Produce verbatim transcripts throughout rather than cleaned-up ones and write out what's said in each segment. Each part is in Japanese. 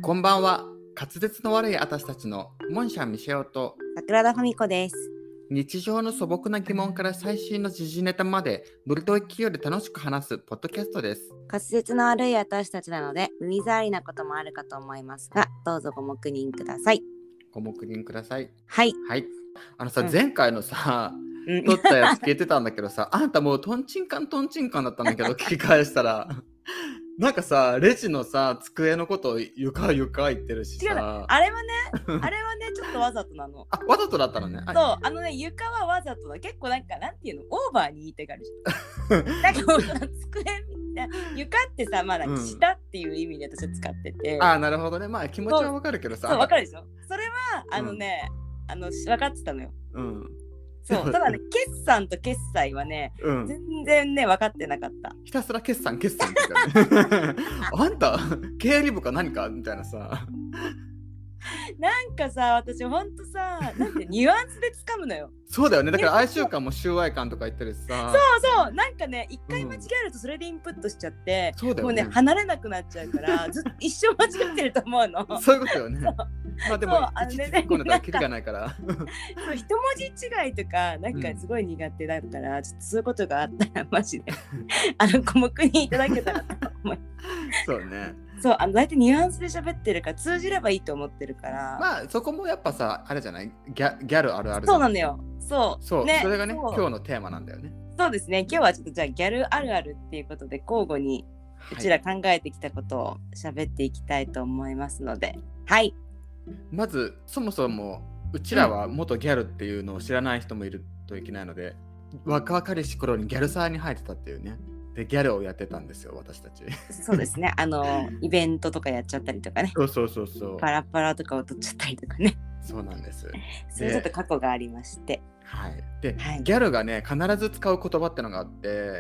こんばんは。滑舌の悪い私たちのモンシャンミシェオと桜田ファミコです。 日常の素朴な疑問から最新の時事ネタまでノリと勢いで楽しく話すポッドキャストです。 滑舌の悪い私たちなので耳障りなこともあるかと思いますが、どうぞご黙認ください。 ご黙認ください。 はいはい。あのさ、 うん前回のさ、 うん撮ったやつ聞いてたんだけどさ、あんたもうトンチンカントンチンカンだったんだけど、聞き返したらなんかさ、レジのさ、机のことを床床言ってるし違うのさ、 あれはねあれはねちょっとわざとなの。 あ、わざとだったのね。 そうあのね床はわざとだ。結構なんかなんていうのオーバーに言いたがるじゃんなんかもう机みたいな床ってさ、まあなんか下っていう意味で私は使ってて、 あ、なるほどね。まあ気持ちはわかるけどさ。 そうわかるでしょ。それはあのね、あの分かってたのよ。 うん。 そうただね決算と決済はね、 うん、 全然ね分かってなかった。 ひたすら決算決算ってかねあんた経理部か何かみたいなさなんかさ私ほんとさなんてニュアンスで掴むのよそうだよね。だから哀愁感も収愛感とか言ってるしさそうそうなんかね一回間違えるとそれでインプットしちゃって、 うん、そうだよね、 もうね離れなくなっちゃうからずっと一生間違ってると思うのそういうことよね。まあでもあのね一突っ込んだらキリがないからそう一文字違いとかなんかすごい苦手だから、うん、ちょっとそういうことがあったらマジであのご黙認いただけたらと思いそうね。 そうあの大体ニュアンスで喋ってるから通じればいいと思ってるから、 まあそこもやっぱさあれじゃないギ ャ, ギャルあるあるそうなんだよ。そうそう、 ね、 それがね今日のテーマなんだよね。 そうですね。今日はちょっとじゃあギャルあるあるっていうことで交互にうちら考えてきたことを喋っていきたいと思いますので、はい。 まずそもそもうちらは元ギャルっていうのを知らない人もいるといけないので、うん、若々しい頃にギャルサーに入ってたっていうね。でギャルをやってたんですよ私たち。 そうですね。あのイベントとかやっちゃったりとかね。 そうそうそうそう。 パラパラとか踊っちゃったりとかね。 そうなんです。 そういうちょっと過去がありまして。 はい。で、はい、ギャルがね必ず使う言葉ってのがあって、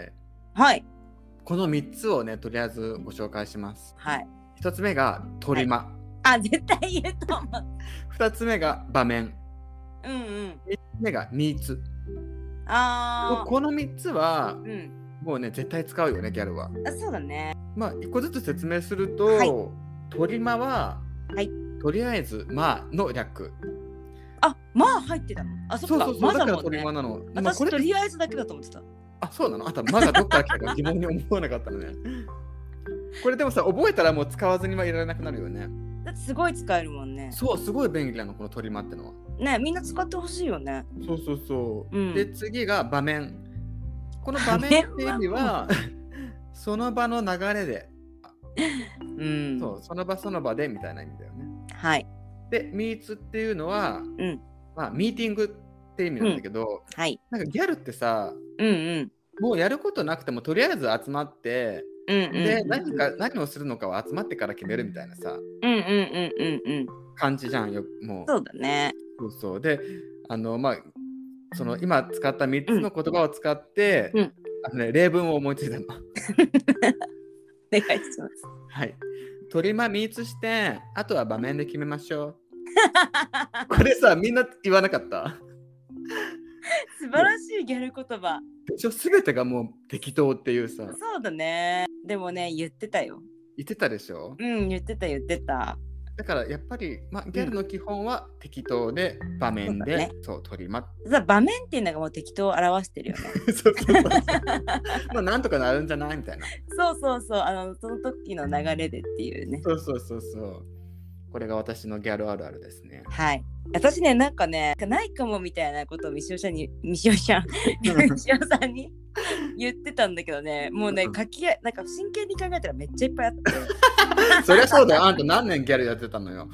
はい。 このみっつをねとりあえずご紹介します。 はい。 ひとつめがトリマ。はい、 あ絶対言うと思う。 ふたつめが場面。 うんうん。 みっつめがニーツ。 ああ。 このみっつは、 うん、 もうね絶対使うよねギャルは。 あそうだね。 まあいっこずつ説明すると、はい、トリマは、はい、とりあえずまあの略。 あまあ入ってたの。あそっか。 そうそうそう、まだもんね、だからトリマなの。 私、まあ、これとりあえずだけだと思ってた。 あそうなの。あとまだどっから来たか疑問に思わなかったのね。これでもさ覚えたらもう使わずにはいられなくなるよね。 だってすごい使えるもんね。 そうすごい便利なのこのトリマってのは。 ねみんな使ってほしいよね。 そうそうそう。うん、で次が場面。この場面っていう意味はその場の流れで、うん、そうその場その場でみたいな意味だよね。 はい。 でミーツっていうのは、 うんまあ、ミーティングって意味なんだけど、うんはい、なんかギャルってさ、 うんうん、 もうやることなくてもとりあえず集まって、うんうん、で何か何をするのかは集まってから決めるみたいなさ、 うんうんうんうんうん、 感じじゃんよもう。 そうだね。 そうそうであのまあその今使ったみっつの言葉を使って、うんあのね、例文を思いついたの。お願いします。 はい。トリマミーツして、あとは場面で決めましょう。これさ、みんな言わなかった？ 素晴らしいギャル言葉。 すべてがもう適当っていうさ。 そうだね。でもね、言ってたよ。 言ってたでしょ？ うん、言ってた言ってた。 だからやっぱり、まあ、ギャルの基本は適当で、うん、場面で、ね、そうトリマ。 場面っていうのがもう適当を表してるよね。 そうそうそうそう。まあなんとかなるんじゃないみたいな。 そうそうそうあのその時の流れでっていうね。 そうそうそうそう。これが私のギャルあるあるですね。 はい。私ねなんかねないかもみたいなことをみしおちゃんにみしおちゃんみしおさんに言ってたんだけどねもうね書きなんか真剣に考えたらめっちゃいっぱいあって。 そりゃそうだよ。あんた何年ギャルやってたのよ。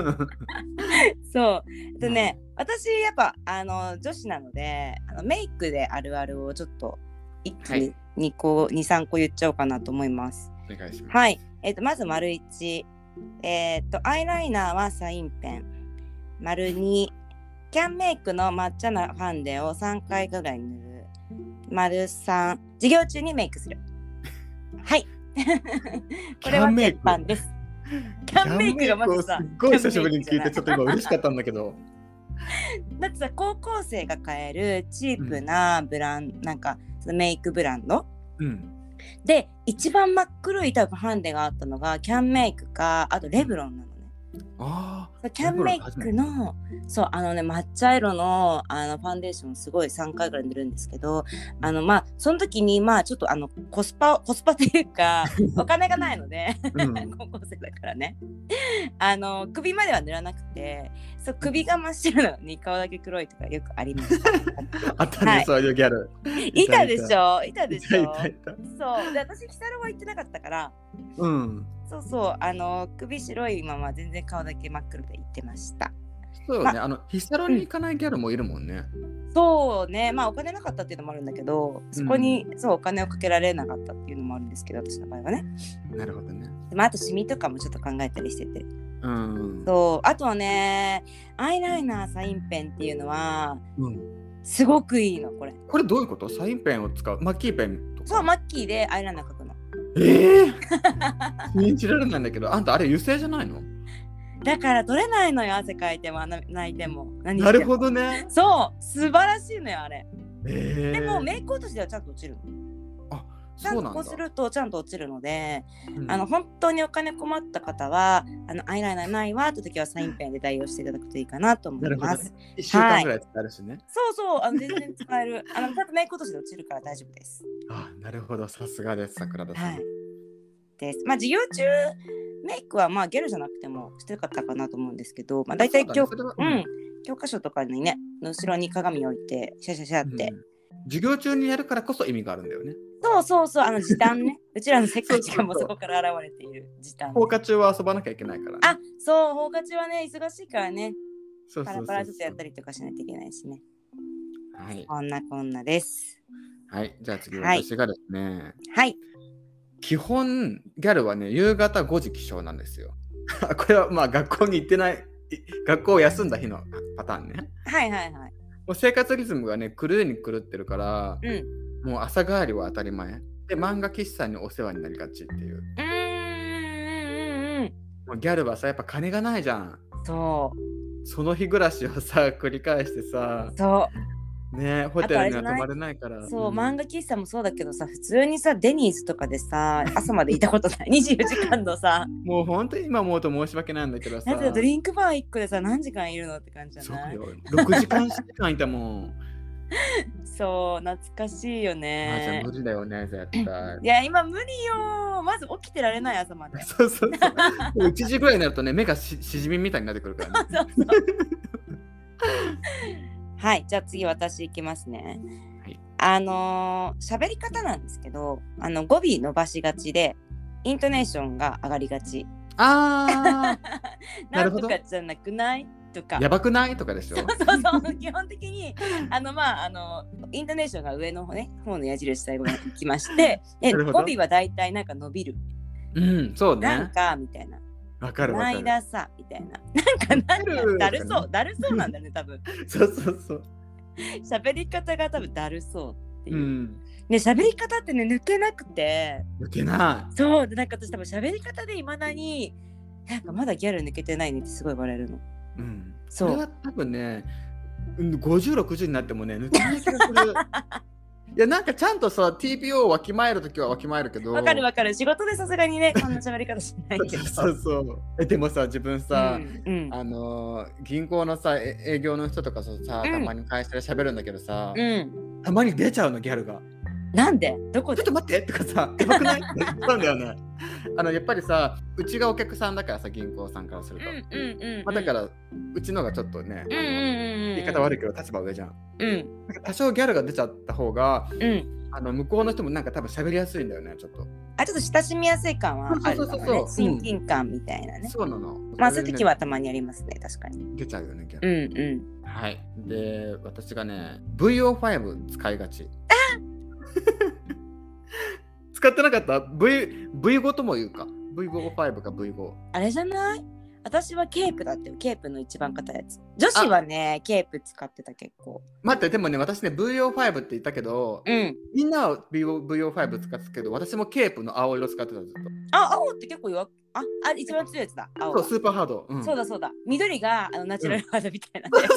そうでね、うん、私やっぱあの女子なのであのメイクであるあるをちょっと一気ににこ、に、さんこ言っちゃおうかなと思います。 お願いします。 はい、えー、とまず丸いち、えー、とアイライナーはサインペン。丸にキャンメイクの抹茶なファンデをさんかいぐらい塗る。丸さん授業中にメイクする。はいこれは鉄板です。キャンメイクがまずさ、 すっごい久しぶりに聞いてちょっと今嬉しかったんだけどだってさ高校生が買えるチープなブランド、うん、なんかそのメイクブランド、うん、で一番真っ黒い多分ハンデがあったのがキャンメイクかあとレブロンなのね。 ああ、 キャンメイクのそうあのね抹茶色のあのファンデーションすごいさんかいぐらい塗るんですけど、あのまあその時にまあちょっとあのコスパコスパっていうかお金がないので、うん、高校生だからねあの首までは塗らなくて、そう首が真っ白なのに顔だけ黒いとかよくありましたあったね、はい、そういうギャルいたでしょいたでしょいたいたそうで私キサロは行ってなかったから、うんそうそうあの首白いまま全然顔だけ真っ黒で行ってました。 そうね、ま、あのヒサロに行かないギャルもいるもんね、 うん、そうね、まあお金なかったっていうのもあるんだけど、そこに、うん、そうお金をかけられなかったっていうのもあるんですけど、私の場合はね。 なるほどね。 でもあとシミとかもちょっと考えたりしてて、うん、そうあとはねアイライナーサインペンっていうのは、うん、すごくいいのこれ。 これどういうこと？サインペンを使うマッキーペンとか？ そうマッキーでアイライナー描くの。 ええー、信じられないんだけど、あんたあれ油性じゃないの？ だから取れないのよ、汗かいても泣いても何しても。 なるほどね。 そう素晴らしいのよあれ、 えー、 でもメイク落としではちゃんと落ちるの。 あ、 ちゃんとこうするとちゃんと落ちるので、うん、あの本当にお金困った方はあのアイライナーないわって時はサインペンで代用していただくといいかなと思います。 いっしゅうかんぐらい使えるしね、はい、 そうそうあの全然使えるあのちゃんとメイク落としで落ちるから大丈夫です。 あ、なるほど、さすがです桜田さん、はい、 です。まあ授業中メイクはまあゲルじゃなくてもしてよかったかなと思うんですけど、まあ大体教、ねうん、教科書とかにね後ろに鏡置いてシャシャシャって、うん、 授業中にやるからこそ意味があるんだよね。 そうそうそうあの時短ねうちらの世界時間もそこから現れている時短。 放課中は遊ばなきゃいけないからね。 あ、そう放課中はね忙しいからね、そうそうそうそうパラパラちょっとやったりとかしないといけないしね。はい、こんなこんなです。 はい、じゃあ次私がですね、 はい、 基本ギャルはね夕方ごじ起床なんですよこれはまあ学校に行ってない学校を休んだ日のパターンね。 はいはいはい。 もう生活リズムがね狂いに狂ってるから、うん、もう朝帰りは当たり前で漫画喫茶にお世話になりがちっていう。 うーんもうギャルはさやっぱ金がないじゃん。 そうその日暮らしをさ繰り返してさ、 そうね、ホテルには泊まれないから。 そう、うん、漫画喫茶もそうだけどさ普通にさデニーズとかでさ朝までいたことないにじゅうよじかんのさもう本当に今思うと申し訳ないんだけどさだってドリンクバーいっこでさ何時間いるのって感じじゃない？ そうよろくじかんしか間いたもんそう懐かしいよね。 あ、じゃあ無理だよね絶対。 いや今無理よ、まず起きてられない朝まで。 そうそうそういちじぐらいになるとね目が し, しじみみたいになってくるからねそうそうはいじゃあ次私いきますね、はい、あのー、喋り方なんですけどあの語尾伸ばしがちでイントネーションが上がりがち。 あーなんとかじゃなくないとかやばくないとかでしょ。 そうそうそう基本的にあのまああのイントネーションが上の方ね方の矢印最後に行きましてで語尾はだいたいなんか伸びる。 うんそうね。 なんかみたいな。 わかるわかる。 間さみたいな。なんかなんかだるそうだるそうなんだね多分。 そうそうそう。 喋り方が多分だるそうっていう。うんね、喋り方ってね抜けなくて抜けない。 そうでなんか私多分喋り方でいまだになんかまだギャル抜けてないねってすごい言われるの。 うん。そう。それは多分ねごじゅうろくじゅうになってもね抜けない気がする。いやなんかちゃんとさ ティーピーオー をわきまえるときはわきまえるけど。 わかるわかる仕事でさすがにねこんな喋り方しないけど。 そうそうえでもさ自分さ、うんうん、あのー、銀行のさ営業の人とかさ、うん、たまに会社で喋るんだけどさ、うん、たまに出ちゃうのギャルが。なんでどこでちょっと待ってとかさやばくないって言ったんだよね。あのやっぱりさうちがお客さんだからさ銀行さんからすると、うんうんうんうんまあ、だからうちのがちょっとね、うんうんうん、言い方悪いけど立場上じゃん、うん、多少ギャルが出ちゃった方が、うん、あの向こうの人もなんか多分喋りやすいんだよねちょっとあちょっと親しみやすい感はあるかもね親近感みたいなね、うん、そうなのまあそういう時はたまにありますね確かに出ちゃうよねギャルうんうんはいで私がね ブイオーファイブ 使いがちあ使ってなかった V, V 語とも言うか ブイオーファイブ か ブイご あれじゃない私はケープだってケープの一番硬いやつ女子はねケープ使ってた結構待ってでもね私ね ブイオーファイブ って言ったけど、うん、みんなは ブイオーファイブ 使ってたけど私もケープの青色使ってたずっとあ青って結構よああ一番強いやつだ。青そうスーパーハード、 うん、そうだそうだ。緑があのナチュラルハードみたいな、ね、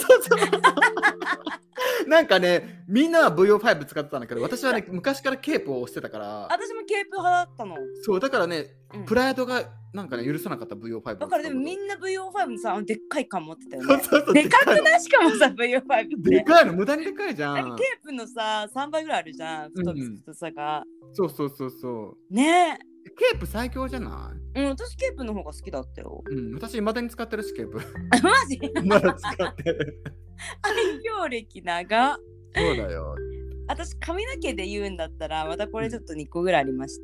うん、なんかねみんなは ブイオーファイブ 使ってたんだけど私はね昔からケープを押してたから。 私もケープ派だったの。 そうだからね、うん、プライドがなんかね許さなかった ブイオーファイブ。 だからでもみんな ブイオーファイブ のさでっかい缶持ってたよね。そうそうそうでかくない？しかもさ ブイオーファイブ ってでかいの無駄にでかいじゃん。 ケープのささんばいぐらいあるじゃん太さが、 うん、そうそうそうそうねえ。 ケープ最強じゃない？ うん、私ケープの方が好きだったよ。 うん、私未だに使ってるしケープ。 マジ？ まだ使ってる。 愛用歴長。 そうだよ。 私髪の毛で言うんだったらまたこれちょっとにこぐらいありまして、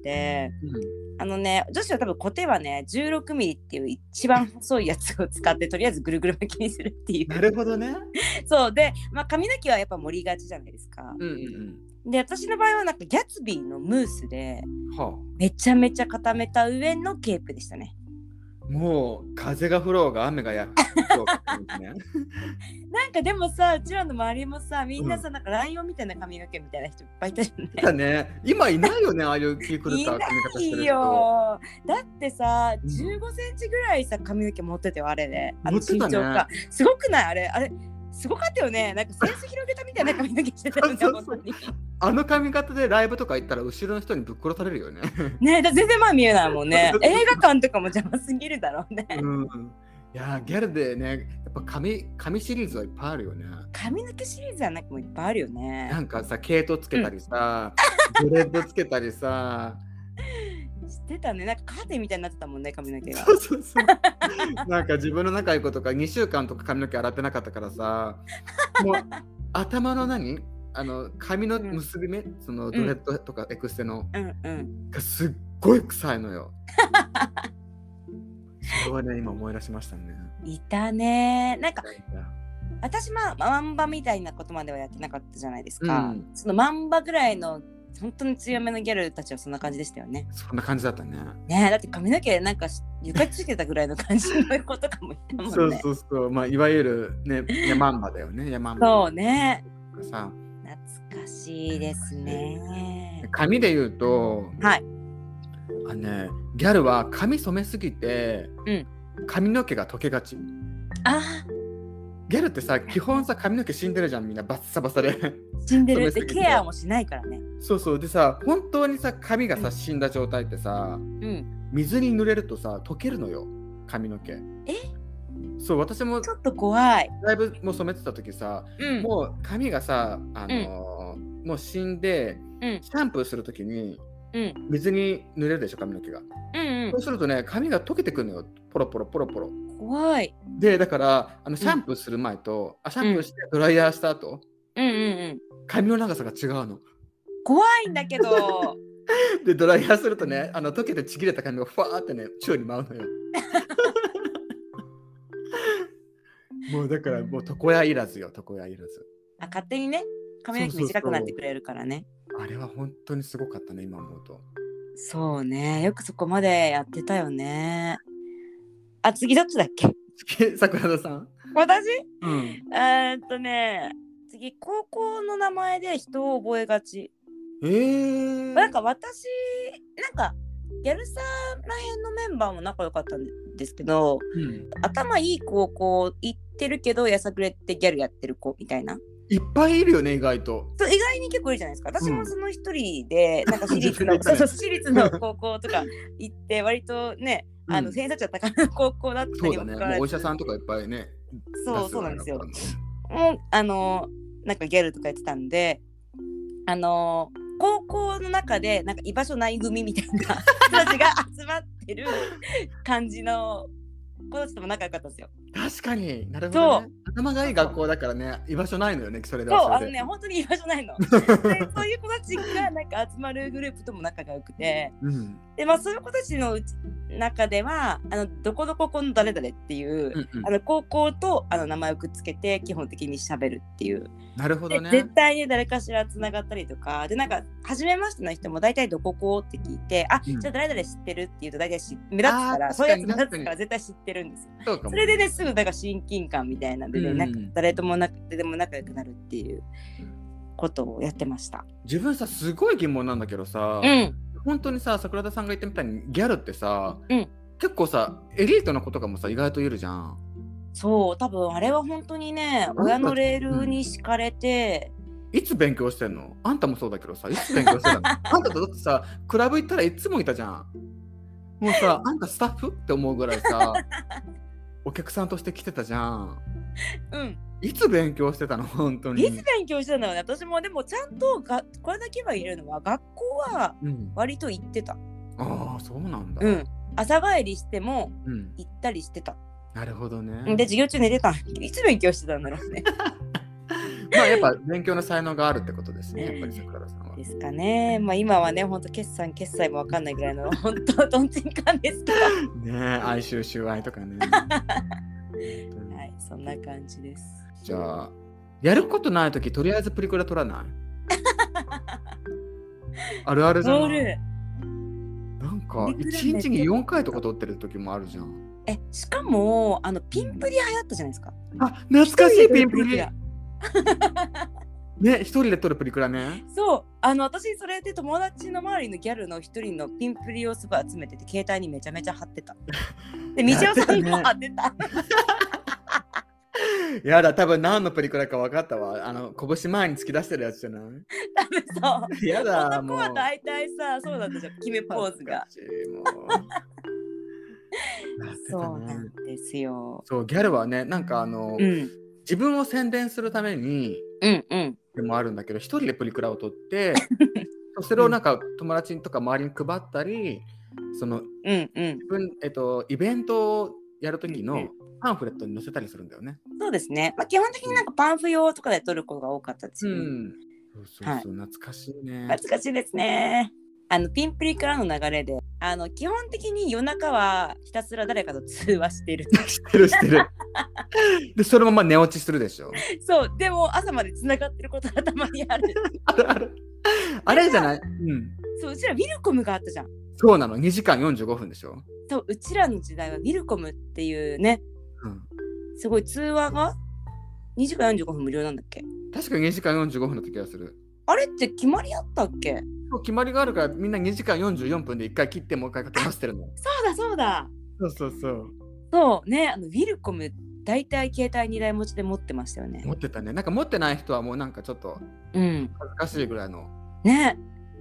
うん、あのね女子は多分コテはねじゅうろくミリっていう一番細いやつを使ってとりあえずぐるぐる巻きにするっていう。 なるほどね。 そうで、まあ、髪の毛はやっぱ盛りがちじゃないですか。 うんうんうん、 で私の場合はなんかギャツビーのムースで、はあ、めちゃめちゃ固めた上のケープでしたね。 もう風が降ろうが雨がやろうが、ね、 なんかでもさうちらの周りもさみんなさ、うん、なんかライオンみたいな髪の毛みたいな人いっぱいいたじゃんね。 だね今いないよねああいう気狂った髪型してる人。いないよ。だってさじゅうごセンチぐらいさ髪の毛持っててよあれで、あの身長が、ね、すごくないあれあれすごかったよね。なんかセンス広げたみたいな髪の毛してたよね。本当にあの髪型でライブとか行ったら後ろの人にぶっ殺されるよね。 ねえだ全然前見えないもんね。映画館とかも邪魔すぎるだろうね。 うん、いやギャルでねやっぱ 髪, 髪シリーズはいっぱいあるよね。 髪の毛シリーズはなんかもいっぱいあるよね。 なんかさ毛糸つけたりさ、うん、ブレッドつけたりさ知ってたね。なんかカーテンみたいになってたもんね髪の毛が。 そうそうそうなんか自分の仲いい子とかにしゅうかんとか髪の毛洗ってなかったからさもう頭の何あの髪の結び目、うん、そのドレッドとかエクステの、うんうん、がすっごい臭いのよ。それはね今思い出しましたね。 いたね。なんか私まあマンバみたいなことまではやってなかったじゃないですか、うん、そのマンバぐらいの本当に強めのギャルたちはそんな感じでしたよね。 そんな感じだったね。 ねえだって髪の毛なんか床につけたぐらいの感じの子とかもいたもんね。 そうそうそうまあいわゆるねヤマンバだよねヤマンバ。 そうね。 さ懐かしいですね。 髪で言うと、 はい。 あねギャルは髪染めすぎて、うん、髪の毛が溶けがち。 あギャルってさ基本さ髪の毛死んでるじゃんみんなバッサバサで死んでるってケアもしないからね。 そうそうでさ本当にさ髪がさ、うん、死んだ状態ってさ、うん、水に濡れるとさ溶けるのよ髪の毛。えそう私もちょっと怖い。 だいぶもう染めてた時さ、うん、もう髪がさあのーうん、もう死んで、うん、シャンプーする時に、うん、水に濡れるでしょ髪の毛が、うんうん、そうするとね髪が溶けてくるのよポロポロポロポロ。 怖い。 でだからあのシャンプーする前と、うん、あシャンプーしてドライヤーした後、うんうんうん、髪の長さが違うの。 怖いんだけどでドライヤーするとねあの溶けてちぎれた髪がファーってね宙に舞うのよもうだからもう床屋いらずよ床屋いらず。 あ勝手にね髪の毛短くなってくれるからね。 そうそうそうあれは本当にすごかったね今思うと。 そうねよくそこまでやってたよね。あ次どっちだっけ次桜田さん。 私、うん、えーっとね次高校の名前で人を覚えがち。 えー、 なんか私なんかギャルサーらへんのメンバーも仲良かったんですけど、うん、頭いい高校行ってるけどやさぐれってギャルやってる子みたいな。 いっぱいいるよね意外と。 そう意外に結構いるじゃないですか。私もその一人で、うん、なんか私立のそうそう私立の高校とか行って割とねあの偏差値は高めの高校だったりも、 そうだね、もうお医者さんとかいっぱいね。 そうそうなんですよ。もうあのなんかギャルとかやってたんであの高校の中でなんか居場所ない組みたいな人たちが集まってる感じの子たちとも仲良かったんですよ。 確かになるほど、ね、頭がいい学校だからね居場所ないのよねそれではそれで。 そうあのね本当に居場所ないのでそういう子たちがなんか集まるグループとも仲が良くて、うん、でまあそういう子たちのうち中ではあのどこどここの誰々っていう、うんうん、あの高校とあの名前をくっつけて基本的に喋るっていう。 なるほどね。 絶対に誰かしらつながったりとかでなんか初めましての人も大体どここって聞いてあ、うん、じゃあ誰々知ってるって言うと大体し目立つからそういうやつ目立つから絶対知ってるんですよ。 そ, それでねすぐなんか親近感みたいなんでね、うん、なんか誰ともなくてでも仲良くなるっていうことをやってました。 自分さすごい疑問なんだけどさ、うん、本当にさ桜田さんが言ったみたいにギャルってさ、うん、 結構さエリートの子とかもさ意外といるじゃん。 そう多分あれは本当にね親のレールに敷かれて、 うん、いつ勉強してんの？あんたもそうだけどさいつ勉強してたの？あんたとだってさクラブ行ったらいつもいたじゃん。もうさあんたスタッフって思うぐらいさお客さんとして来てたじゃん。 うん。 いつ勉強してたの？本当に。 いつ勉強してたの？私もでもちゃんとがこれだけは言えるのは学校は割と行ってた。うん、 ああそうなんだ。 うん。朝帰りしても行ったりしてた。 うん、なるほどね。 で授業中寝てた。いつ勉強してたんだろうね。 まあやっぱ勉強の才能があるってことですね。やっぱり桜田さんは。 ですかね。まあ今はね本当決算決済もわかんないぐらいの本当とんちんかんですけど。ねえ哀愁収愛とかね。 はいそんな感じです。 じゃあやることないときとりあえずプリクラ撮らない？あるあるじゃん。なんかいちにちによんかいとか撮ってる時もあるじゃん。 えしかもあのピンプリ流行ったじゃないですか。 あ懐かしいピンプリ。ね一人で撮るプリクラね。 そうあの私それで友達の周りのギャルの一人のピンプリをすごい集めてて携帯にめちゃめちゃ貼ってた。でみちおさんも貼ってた。 やだ多分何のプリクラか分かったわ。あの拳前に突き出してるやつじゃない？ 多分そう。 やだ男は大体さそうだったじゃん決めポーズが。そうなんですよ。 そうギャルはねなんかあの、うん、自分を宣伝するために、 うんうん、 でもあるんだけど一人でプリクラを撮ってそれをなんか友達とか周りに配ったりその、 うんうん、 自分えっとイベントをやる時のパンフレットに載せたりするんだよね。 そうですね、まあ、基本的になんかパンフ用とかで撮ることが多かったですよね、うん、 そうそうそう、はい、懐かしいね。 懐かしいですね。あのピンプリからの流れであの基本的に夜中はひたすら誰かと通話してるしてるしてるでそのまま寝落ちするでしょ。 そうでも朝までつながってることがたまにあるあるあるあれじゃない、うん、 そううちらウィルコムがあったじゃん。 そうなのにじかんよんじゅうごふんでしょ。 そううちらの時代はウィルコムっていうね、うん、すごい通話がにじかんよんじゅうごふん無料なんだっけ。 確かににじかんよんじゅうごふんの時はする。 あれって決まりあったっけ。 決まりがあるからみんなにじかんよんじゅうよんぷんでいっかい切ってもういっかいかけますってるの。 そうだそうだそうそうそうそうね。あのウィルコム大体携帯にだい持ちで持ってましたよね。 持ってたね。なんか持ってない人はもうなんかちょっと恥ずかしいぐらいの、 うん、ね、うん、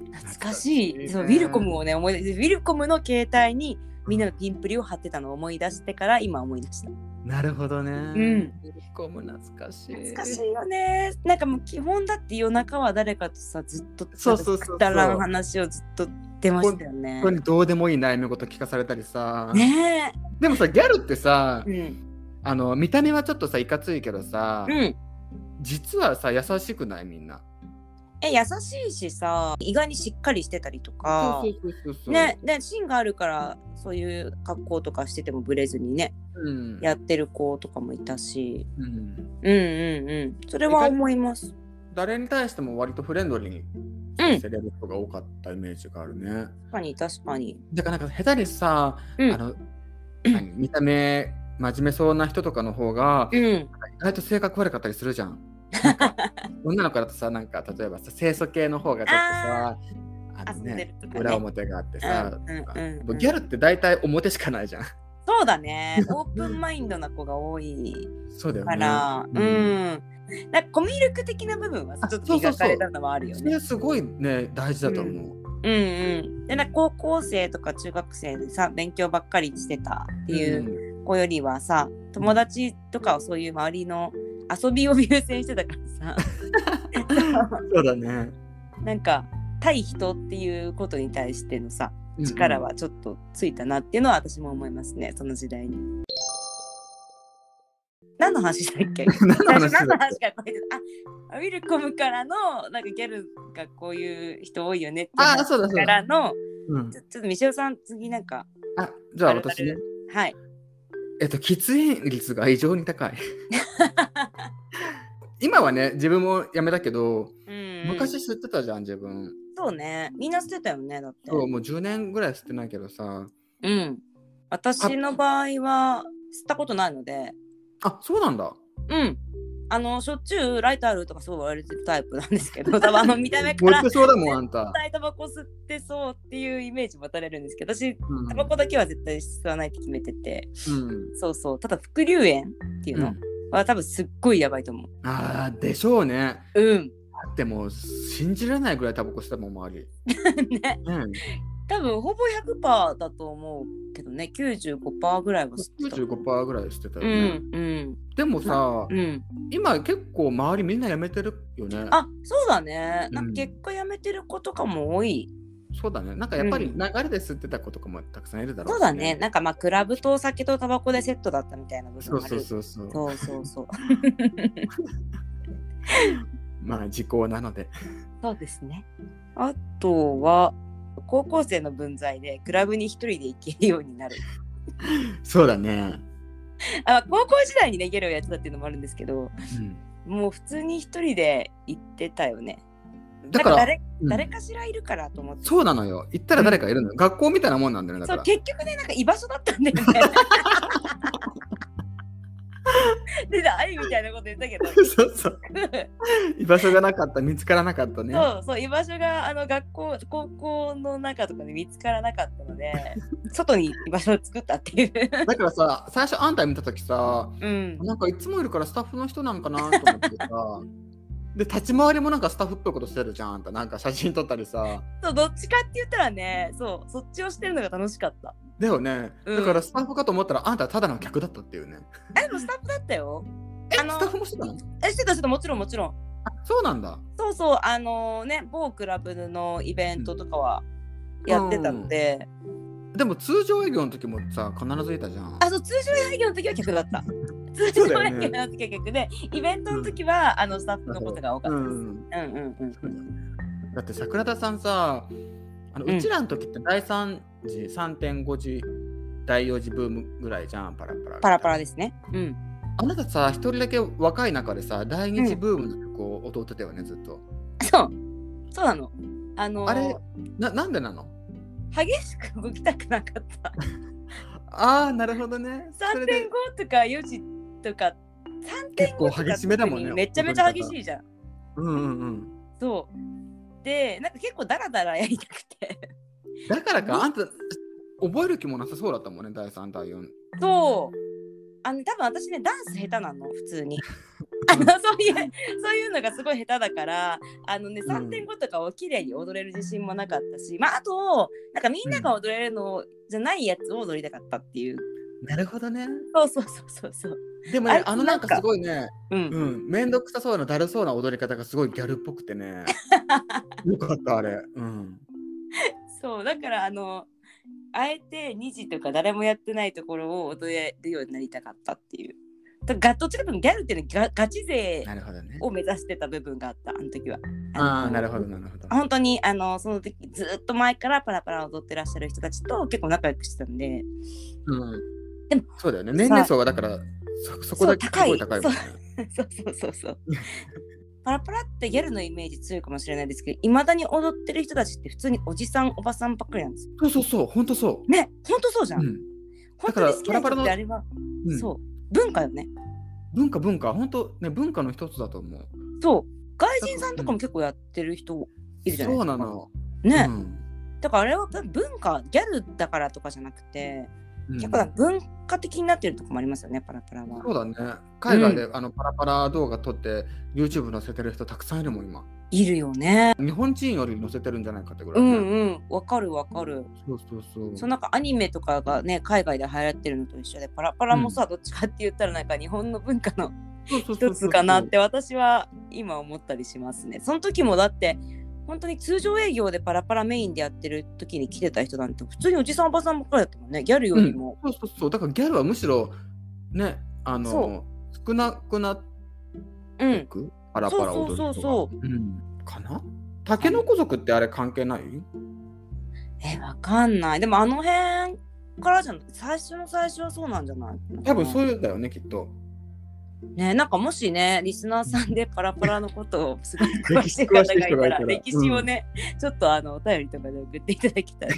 懐かしい、ね、そうウィルコムをね思い出ウィルコムの携帯にみんなのピンプリを貼ってたのを思い出してから今思い出した。 なるほどね。うん。ウィルコム懐かしい。 懐かしいよね。なんかもう基本だって夜中は誰かとさずっとそうそうそうくだらん話をずっと出ましたよね。 本当にどうでもいい悩み事聞かされたりさ。 ねえ。 でもさギャルってさ、うん、あの見た目はちょっとさいかついけどさ、うん、実はさ優しくないみんな。 え優しいしさ意外にしっかりしてたりとかねで芯があるからそういう格好とかしててもブレずにね、うん、やってる子とかもいたし、うん、うんうんうんそれは思います。 誰に対しても割とフレンドリーに接せれる人が多かったイメージがあるね、うん、 確かに確かに。 だからなんか下手にさ、うん、あの見た目真面目そうな人とかの方が、うん、意外と性格悪かったりするじゃん。女の子だとさなんか例えばさ清楚系の方がちょっとさあの、ねね、裏表があってさ、うんうんうん、ギャルって大体表しかないじゃん。 そうだねオープンマインドな子が多いそうだよねから、うん、うんなんかコミュ力的な部分はちょっと磨かれたのもあるよね。 それすごいね大事だと思う、うん、うんうんでなんか高校生とか中学生でさ勉強ばっかりしてたっていう子よりはさ、うん、友達とかをそういう周りの遊びを優先してたからさそうだねなんか対人っていうことに対してのさ力はちょっとついたなっていうのは私も思いますねその時代に。何の話だっけ何の話かこれあウィルコムからのなんかギャルがこういう人多いよねって話からのうん、ちょちょっとみしおさん次なんかあじゃあ私ねはいえっと喫煙率が異常に高い今はね自分もやめたけど、うん、昔吸ってたじゃん自分。 そうねみんな吸ってたよねだって。 そうもうじゅうねんぐらい吸ってないけどさうん私の場合は吸ったことないので。 あそうなんだ。 うんあのしょっちゅうライターあるとかそう言われてるタイプなんですけど、多分あの見た目から持ってそうだもんあんた。 絶対タバコ吸ってそうっていうイメージ持たれるんですけど、私、うん、タバコだけは絶対吸わないって決めてて、うん、そうそう。ただ副流炎っていうのは、うん、多分すっごいやばいと思う。 ああでしょうね。 うん。 でも信じられないぐらいタバコ吸ったもん周り。 ね。うん多分ほぼ ひゃくパーセント だと思うけどね、きゅうじゅうごパーセント ぐらいは吸ってた。 きゅうじゅうごパーセント ぐらい吸ってたよね。うんうん、でもさ、うん、今結構周りみんなやめてるよね。 あ、そうだね。なんか結果やめてる子とかも多い。 うん、そうだね。なんかやっぱり流れで吸ってた子とかもたくさんいるだろうし、 ね、そうだね。なんかまあクラブとお酒とタバコでセットだったみたいな部分がある。そうそうそうそう。 そうそうそう。 まあ時効なので。 そうですね。あとは高校生の分際でクラブに一人で行けるようになる。 そうだね。 あ、高校時代にねゲロやってたっていうのもあるんですけど、うん、もう普通に一人で行ってたよね。だから誰、うん、誰かしらいるからと思って。 そうなのよ。行ったら誰かいるのよ、うん、学校みたいなもんなんだよね。だからそう結局ねなんか居場所だったんだよね。であいみたいなこと言ったけどそうそう居場所がなかった見つからなかったね。 そうそう居場所があの学校高校の中とかで見つからなかったので外に居場所を作ったっていうだからさ最初あんた見た時さ、うん、なんかいつもいるからスタッフの人なんかなと思ってさで立ち回りもなんかスタッフっぽいことしてるじゃんあんたなんか写真撮ったりさそうどっちかって言ったらねそうそっちをしてるのが楽しかっただよね、うん、だからスタッフかと思ったらあんたはただの客だったっていうね。 えでもスタッフだったよ。 えあのスタッフもしてたの？ えしてたしてたもちろんもちろん。 あそうなんだ。 そうそうあのね某クラブのイベントとかはやってたので、 うんうん、でも通常営業の時もさ必ずいたじゃん。 あそう通常営業の時は客だった通常営業の時は客で、イベントの時は、うん、あのスタッフのことが多かったです。うんうんうんうん。 だって桜田さんさあの、うん、うちらの時ってだいさん次 さんてんご 次だいよん次ブームぐらいじゃんパラパラパラパラですね。うんあなたさ一人だけ若い中でさだいに次ブームの曲を踊ってたよね、うん、ずっと。 そうそうなの。あのー、 あれ な, なんでなの？ 激しく動きたくなかったあーなるほどね。 さんてんご とかよじとか さんてんご とか結構激しめだもんね。 めちゃめちゃ激しいじゃん。 うんうんうんそうでなんか結構ダラダラやりたくてだからかあんた覚える気もなさそうだったもんねだいさんだいよん。 そうあの多分私ねダンス下手なの普通にあのそういうそういうのがすごい下手だからあのね さんてんご とかを綺麗に踊れる自信もなかったし、まああとなんかみんなが踊れるのじゃないやつを踊りたかったっていう、 うん、なるほどね。 そうそうそうそうそうでもねあのなんかすごいねうんうん、めんどくさそうなだるそうな踊り方がすごいギャルっぽくてねよかったあれ。うんそうだからあのあえてにじとか誰もやってないところを踊れるようになりたかったっていう。だからどっちかというとギャルっていうのは ガ, ガチ勢を目指してた部分があった、あの時は。 ああなるほどなるほど。 本当にあのその時ずっと前からパラパラ踊ってらっしゃる人たちと結構仲良くしてたんで。 うん。でもそうだよね年齢層がだからそ, そこだけすごい高いもんね。 そうそうそうそう。パラパラってギャルのイメージ強いかもしれないですけど、いまだに踊ってる人たちって普通におじさんおばさんばっかりなんですよ。 そうそうそう本当そうね本当そうじゃん、うん、本当に好きな人ってあれは、うん、そう文化よね。 文化文化本当ね文化の一つだと思う。 そう外人さんとかも結構やってる人いるじゃないですか。 そうなのね、うん、だからあれは文化ギャルだからとかじゃなくて、うん、結構文化的になってるとこもありますよねパラパラは。 そうだね海外で、うん、あのパラパラ動画撮って YouTube 載せてる人たくさんいるもん今。 いるよね。 日本人より載せてるんじゃないかってぐらい、ね、 うんうんわかるわかる。 そうそうそう。 そうなんかアニメとかがね海外で流行ってるのと一緒でパラパラもさ、うん、どっちかって言ったらなんか日本の文化の一つかなって私は今思ったりしますね。その時もだって本当に通常営業でパラパラメインでやってる時に来てた人なんて普通におじさんおばさんばっかりだったもんねギャルよりも、 うん、そうそうそうだからギャルはむしろねあの少なくなっていく、うん、パラパラ踊る人がそうそうそうそう、うん、かな。タケノコ族ってあれ関係ない？ えわかんない。でもあの辺からじゃん最初の最初はそうなんじゃない？ 多分そうだよねきっと。 ね、なんかもしねリスナーさんでパラパラのことをすごい詳しい方がいたら歴史をね、うん、ちょっとあのお便りとかで送っていただけたらぜ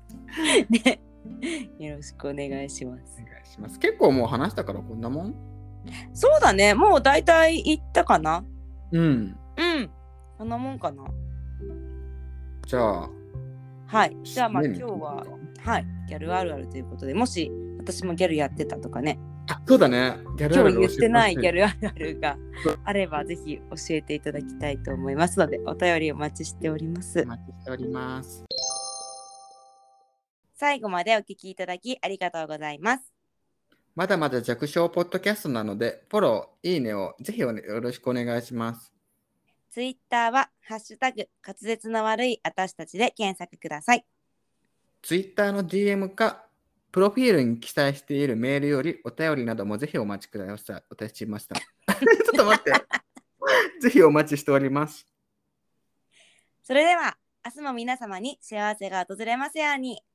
ひねよろしくお願いします。 お願いします。結構もう話したからこんなもんそうだね、もう大体行ったかな。 うんうんそんなもんかな。 じゃあはいじゃあまあ今日ははいギャルあるあるということで、もし私もギャルやってたとかね、 あそうだねギャルあるある今日言ってないギャルあるあるがあればぜひ教えていただきたいと思いますので、お便りお待ちしております。 お待ちしております。 最後までお聞きいただきありがとうございます。 まだまだ弱小ポッドキャストなので、フォロー、いいねをぜひよろしくお願いします。 ツイッターはハッシュタグ滑舌の悪い私たちで検索ください。 ツイッターの ディーエム か、プロフィールに記載しているメールよりお便りなどもぜひお待ちください。お待ちしました。ちょっと待って。ぜひお待ちしております。 それでは明日も皆様に幸せが訪れますように。